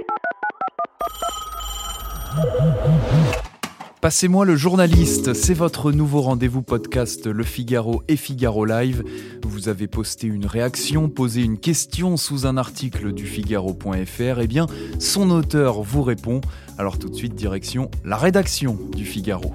Passez-moi le journaliste, c'est votre nouveau rendez-vous podcast Le Figaro et Figaro Live. Vous avez posté une réaction, posé une question sous un article du Figaro.fr. Eh bien, son auteur vous répond. Alors tout de suite, direction la rédaction du Figaro.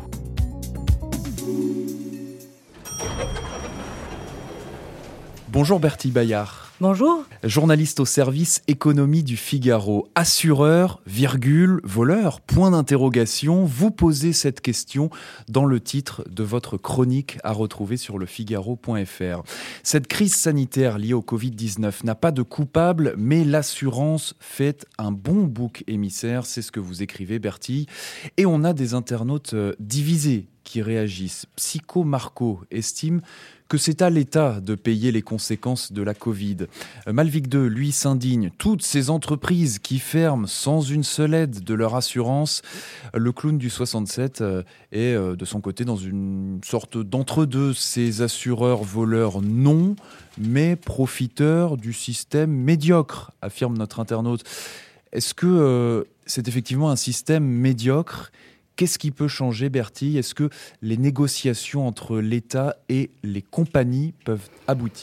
Bonjour Bertie Bayard. Bonjour. Journaliste au service économie du Figaro. Assureur, virgule, voleur, point d'interrogation. Vous posez cette question dans le titre de votre chronique à retrouver sur lefigaro.fr. Cette crise sanitaire liée au Covid-19 n'a pas de coupable, mais l'assurance fait un bon bouc émissaire. C'est ce que vous écrivez, Bertie. Et on a des internautes divisés qui réagissent. Psycho Marco estime que c'est à l'État de payer les conséquences de la Covid. Malvic 2, lui, s'indigne. Toutes ces entreprises qui ferment sans une seule aide de leur assurance. Le clown du 67 est de son côté dans une sorte d'entre-deux. Ces assureurs voleurs non, mais profiteurs du système médiocre, affirme notre internaute. Est-ce que c'est effectivement un système médiocre ? Qu'est-ce qui peut changer, Bertie ? Est-ce que les négociations entre l'État et les compagnies peuvent aboutir ?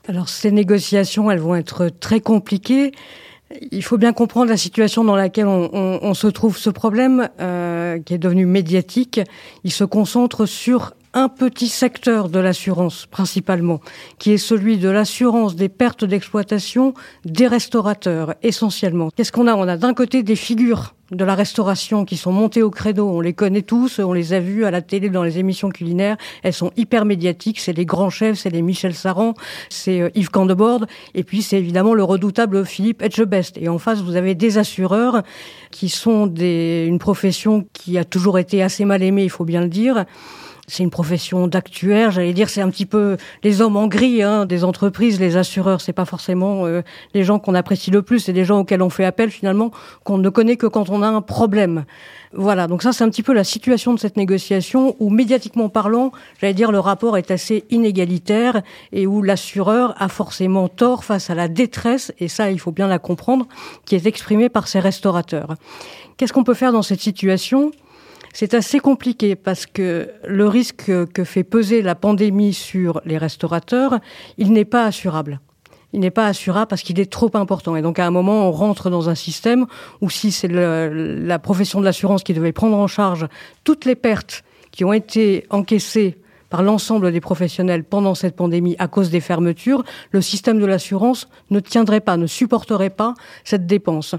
Alors, ces négociations, elles vont être très compliquées. Il faut bien comprendre la situation dans laquelle on se trouve. Ce problème, qui est devenu médiatique, il se concentre sur un petit secteur de l'assurance, principalement, qui est celui de l'assurance des pertes d'exploitation des restaurateurs, essentiellement. Qu'est-ce qu'on a ? On a d'un côté des figures de la restauration qui sont montées au credo. On les connaît tous, on les a vues à la télé dans les émissions culinaires. Elles sont hyper médiatiques. C'est les grands chefs, c'est les Michel Saran, c'est Yves Candebord. Et puis, c'est évidemment le redoutable Philippe Etchebest. Et en face, vous avez des assureurs qui sont une profession qui a toujours été assez mal aimée, il faut bien le dire. C'est une profession d'actuaire, j'allais dire, c'est un petit peu les hommes en gris des entreprises, les assureurs, c'est pas forcément les gens qu'on apprécie le plus, c'est des gens auxquels on fait appel finalement, qu'on ne connaît que quand on a un problème. Voilà, donc ça c'est un petit peu la situation de cette négociation où médiatiquement parlant, j'allais dire, le rapport est assez inégalitaire et où l'assureur a forcément tort face à la détresse, et ça il faut bien la comprendre, qui est exprimée par ces restaurateurs. Qu'est-ce qu'on peut faire dans cette situation ? C'est assez compliqué parce que le risque que fait peser la pandémie sur les restaurateurs, il n'est pas assurable. Il n'est pas assurable parce qu'il est trop important. Et donc, à un moment, on rentre dans un système où si c'est la profession de l'assurance qui devait prendre en charge toutes les pertes qui ont été encaissées par l'ensemble des professionnels pendant cette pandémie à cause des fermetures, le système de l'assurance ne tiendrait pas, ne supporterait pas cette dépense.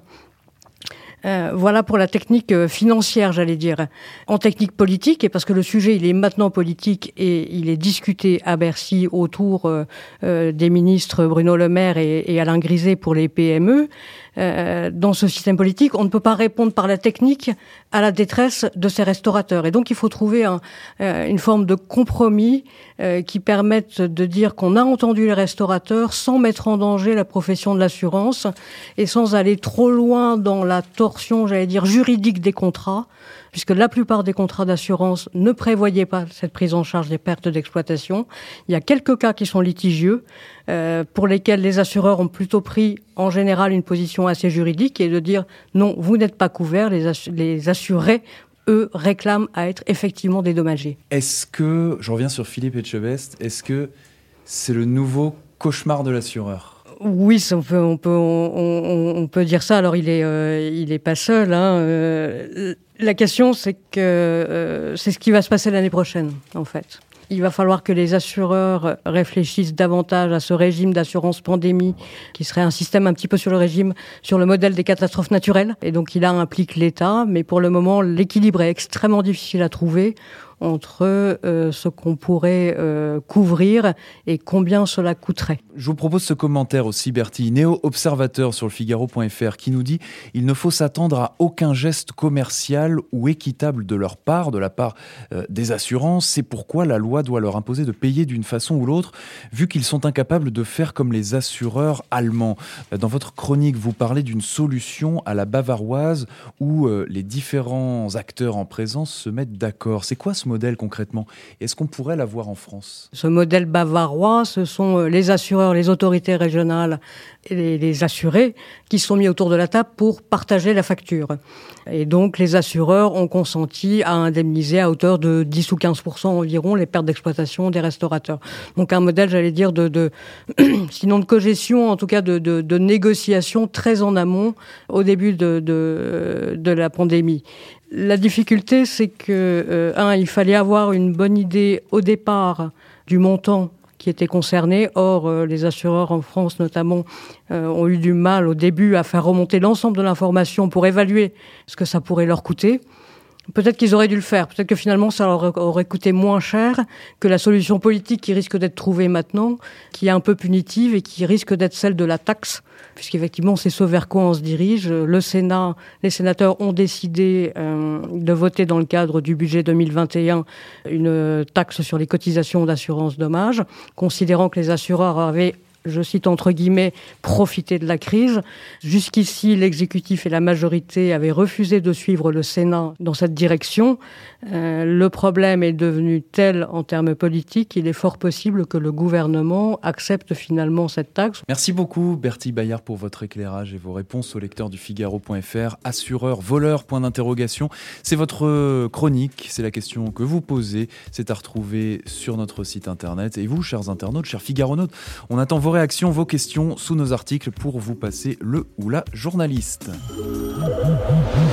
Voilà pour la technique financière, j'allais dire. En technique politique, et parce que le sujet il est maintenant politique et il est discuté à Bercy autour des ministres Bruno Le Maire et Alain Griset pour les PME, dans ce système politique, on ne peut pas répondre par la technique à la détresse de ces restaurateurs. Et donc il faut trouver une forme de compromis qui permette de dire qu'on a entendu les restaurateurs sans mettre en danger la profession de l'assurance et sans aller trop loin dans la torsion, j'allais dire, juridique des contrats, puisque la plupart des contrats d'assurance ne prévoyaient pas cette prise en charge des pertes d'exploitation. Il y a quelques cas qui sont litigieux, pour lesquels les assureurs ont plutôt pris en général une position assez juridique et de dire non, vous n'êtes pas couverts, les assurés, eux, réclament à être effectivement dédommagés. Est-ce que, je reviens sur Philippe Etchebest, est-ce que c'est le nouveau cauchemar de l'assureur ? Oui, on peut dire ça. Alors il est pas seul. La question, c'est que c'est ce qui va se passer l'année prochaine, en fait. Il va falloir que les assureurs réfléchissent davantage à ce régime d'assurance pandémie, qui serait un système un petit peu sur le modèle des catastrophes naturelles. Et donc, il implique l'État. Mais pour le moment, l'équilibre est extrêmement difficile à trouver entre ce qu'on pourrait couvrir et combien cela coûterait. Je vous propose ce commentaire aussi, Bertie, néo-observateur sur le Figaro.fr, qui nous dit « Il ne faut s'attendre à aucun geste commercial ou équitable de leur part, de la part des assurances. C'est pourquoi la loi doit leur imposer de payer d'une façon ou l'autre, vu qu'ils sont incapables de faire comme les assureurs allemands. » Dans votre chronique, vous parlez d'une solution à la bavaroise où les différents acteurs en présence se mettent d'accord. C'est quoi ce modèle concrètement? Est-ce qu'on pourrait l'avoir en France? Ce modèle bavarois, ce sont les assureurs, les autorités régionales et les assurés qui sont mis autour de la table pour partager la facture. Et donc les assureurs ont consenti à indemniser à hauteur de 10 ou 15% environ les pertes d'exploitation des restaurateurs. Donc un modèle, j'allais dire, sinon de cogestion, en tout cas de négociation très en amont au début de la pandémie. La difficulté, c'est que, il fallait avoir une bonne idée au départ du montant qui était concerné. Or, les assureurs en France, notamment, ont eu du mal au début à faire remonter l'ensemble de l'information pour évaluer ce que ça pourrait leur coûter. Peut-être qu'ils auraient dû le faire. Peut-être que finalement, ça leur aurait coûté moins cher que la solution politique qui risque d'être trouvée maintenant, qui est un peu punitive et qui risque d'être celle de la taxe, puisqu'effectivement, c'est ce vers quoi on se dirige. Le Sénat, les sénateurs ont décidé de voter dans le cadre du budget 2021 une taxe sur les cotisations d'assurance dommage, considérant que les assureurs avaient, je cite entre guillemets, profiter de la crise. Jusqu'ici, l'exécutif et la majorité avaient refusé de suivre le Sénat dans cette direction. Le problème est devenu tel en termes politiques qu'il est fort possible que le gouvernement accepte finalement cette taxe. Merci beaucoup Bertie Bayart pour votre éclairage et vos réponses au lecteur du Figaro.fr. Assureur, voleur, point d'interrogation. C'est votre chronique, c'est la question que vous posez. C'est à retrouver sur notre site internet. Et vous, chers internautes, chers Figaronautes, on attend vos réactions, vos questions sous nos articles pour vous passer le ou la journaliste.